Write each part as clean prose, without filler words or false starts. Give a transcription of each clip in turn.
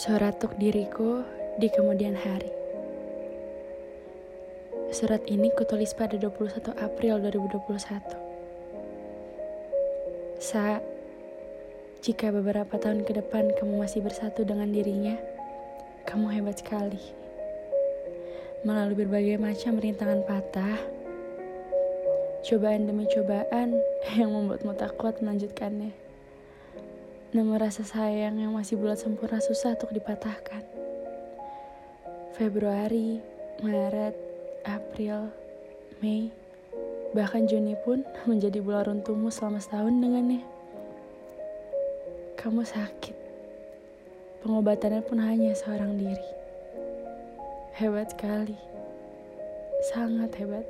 Surat untuk diriku di kemudian hari. Surat ini kutulis pada 21 April 2021. Jika beberapa tahun ke depan kamu masih bersatu dengan dirinya, kamu hebat sekali. Melalui berbagai macam rintangan patah, cobaan demi cobaan yang membuatmu tak kuat melanjutkannya. Namun rasa sayang yang masih bulat sempurna susah untuk dipatahkan. Februari, Maret, April, Mei, bahkan Juni pun menjadi bulan runtuhmu selama setahun dengannya. Kamu sakit. Pengobatannya pun hanya seorang diri. Hebat sekali. Sangat hebat.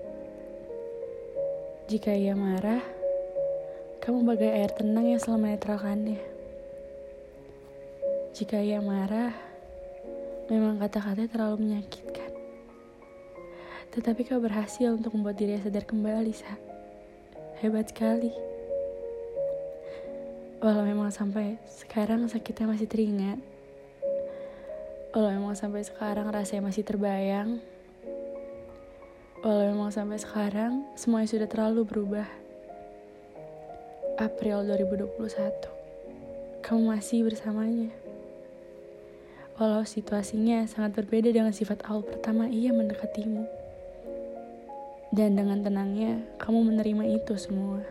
Jika ia marah, kamu bagai air tenang yang selalu menetralkannya. Jika ia marah, memang kata-katanya terlalu menyakitkan. Tetapi kau berhasil untuk membuat dirinya sadar kembali, Hebat sekali. Walau memang sampai sekarang sakitnya masih teringat. Walau memang sampai sekarang rasanya masih terbayang. Walau memang sampai sekarang semuanya sudah terlalu berubah. April 2021. Kamu masih bersamanya. Walau situasinya sangat berbeda dengan sifat awal pertama ia mendekatimu. Dan dengan tenangnya, kamu menerima itu semua.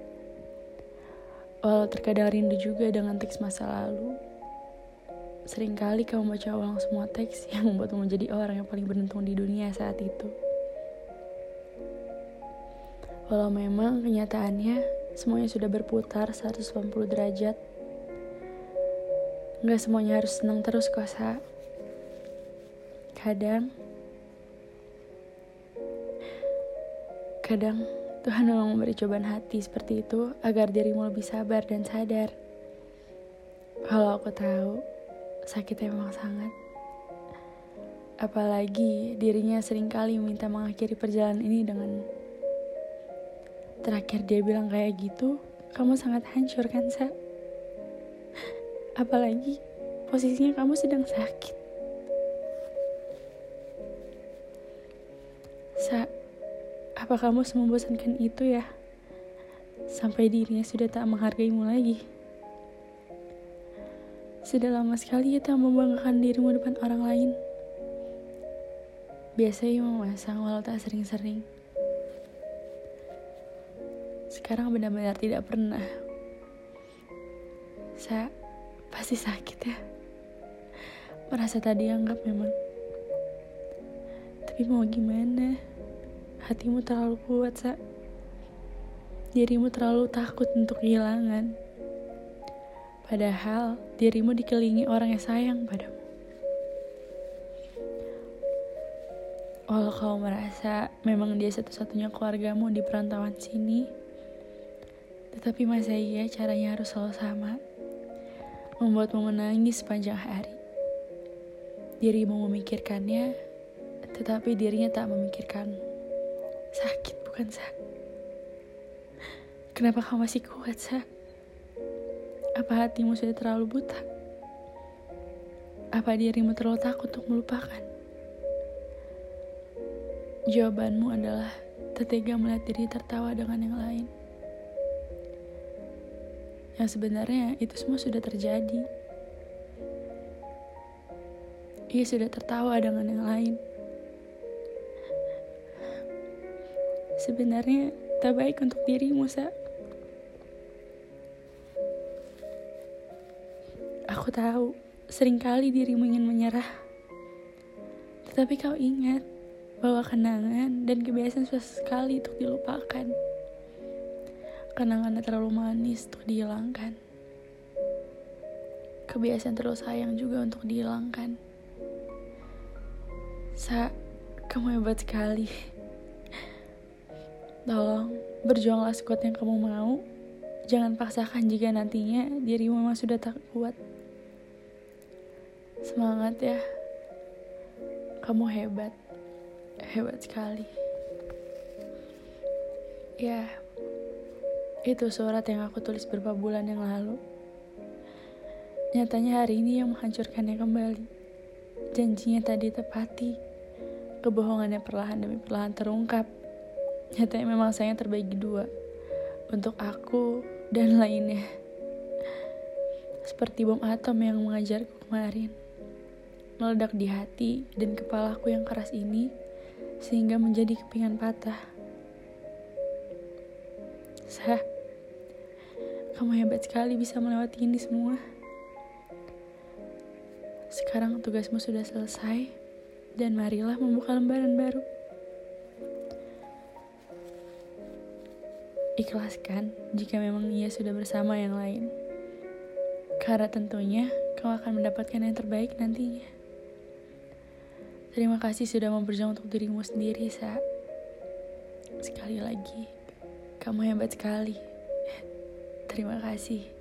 Walau terkadang rindu juga dengan teks masa lalu, seringkali kamu baca ulang semua teks yang membuatmu menjadi orang yang paling beruntung di dunia saat itu. Walau memang kenyataannya, semuanya sudah berputar 180 derajat. Gak semuanya harus senang terus kok, Kadang Tuhan memang memberi cobaan hati seperti itu agar dirimu lebih sabar dan sadar. Kalau aku tahu, sakitnya memang sangat. Apalagi dirinya seringkali minta mengakhiri perjalanan ini denganmu. Terakhir dia bilang kayak gitu, kamu sangat hancur kan, Apalagi posisinya kamu sedang sakit. Apa kamu semembosankan itu ya? Sampai dirinya sudah tak menghargaimu lagi. Sudah lama sekali ia tak membanggakan dirimu depan orang lain. Biasanya memasang walau tak sering-sering. Sekarang benar-benar tidak pernah. Pasti sakit ya. Merasa tak dianggap memang. Tapi mau gimana? Hatimu terlalu kuat, Dirimu terlalu takut untuk kehilangan. Padahal dirimu dikelilingi orang yang sayang padamu. Walau kau merasa memang dia satu-satunya keluargamu di perantauan sini, tetapi masa iya caranya harus selalu sama? Membuatmu menangis sepanjang hari. Dirimu memikirkannya, tetapi dirinya tak memikirkanmu. Sakit bukan, Kenapa kamu masih kuat, Apa hatimu sudah terlalu buta? Apa dirimu terlalu takut untuk melupakan? Jawabanmu adalah tak tega melihat diri tertawa dengan yang lain. Yang sebenarnya itu semua sudah terjadi. Ia sudah tertawa dengan yang lain. Sebenarnya tak baik untuk dirimu, Aku tahu, seringkali dirimu ingin menyerah. Tetapi kau ingat bahwa kenangan dan kebiasaan susah sekali untuk dilupakan. Kenangannya terlalu manis untuk dihilangkan. Kebiasaan terlalu sayang juga untuk dihilangkan. Kamu hebat sekali. Tolong, berjuanglah sekuat yang kamu mau. Jangan paksakan jika nantinya dirimu memang sudah tak kuat. Semangat ya. Kamu hebat. Hebat sekali. Ya, itu surat yang aku tulis beberapa bulan yang lalu. Nyatanya hari ini yang menghancurkannya kembali. Janjinya tadi tepati. Kebohongannya perlahan demi perlahan terungkap. Nyatanya memang saya terbagi dua. Untuk aku dan lainnya. Seperti bom atom yang mengajarku kemarin. Meledak di hati dan kepalaku yang keras ini. Sehingga menjadi kepingan patah. Sah, kamu hebat sekali bisa melewati ini semua. Sekarang tugasmu sudah selesai, dan marilah membuka lembaran baru. Ikhlaskan jika memang ia sudah bersama yang lain. Karena tentunya kau akan mendapatkan yang terbaik nantinya. Terima kasih sudah mau berjuang untuk dirimu sendiri, Sa. Sekali lagi, kamu hebat sekali. Terima kasih.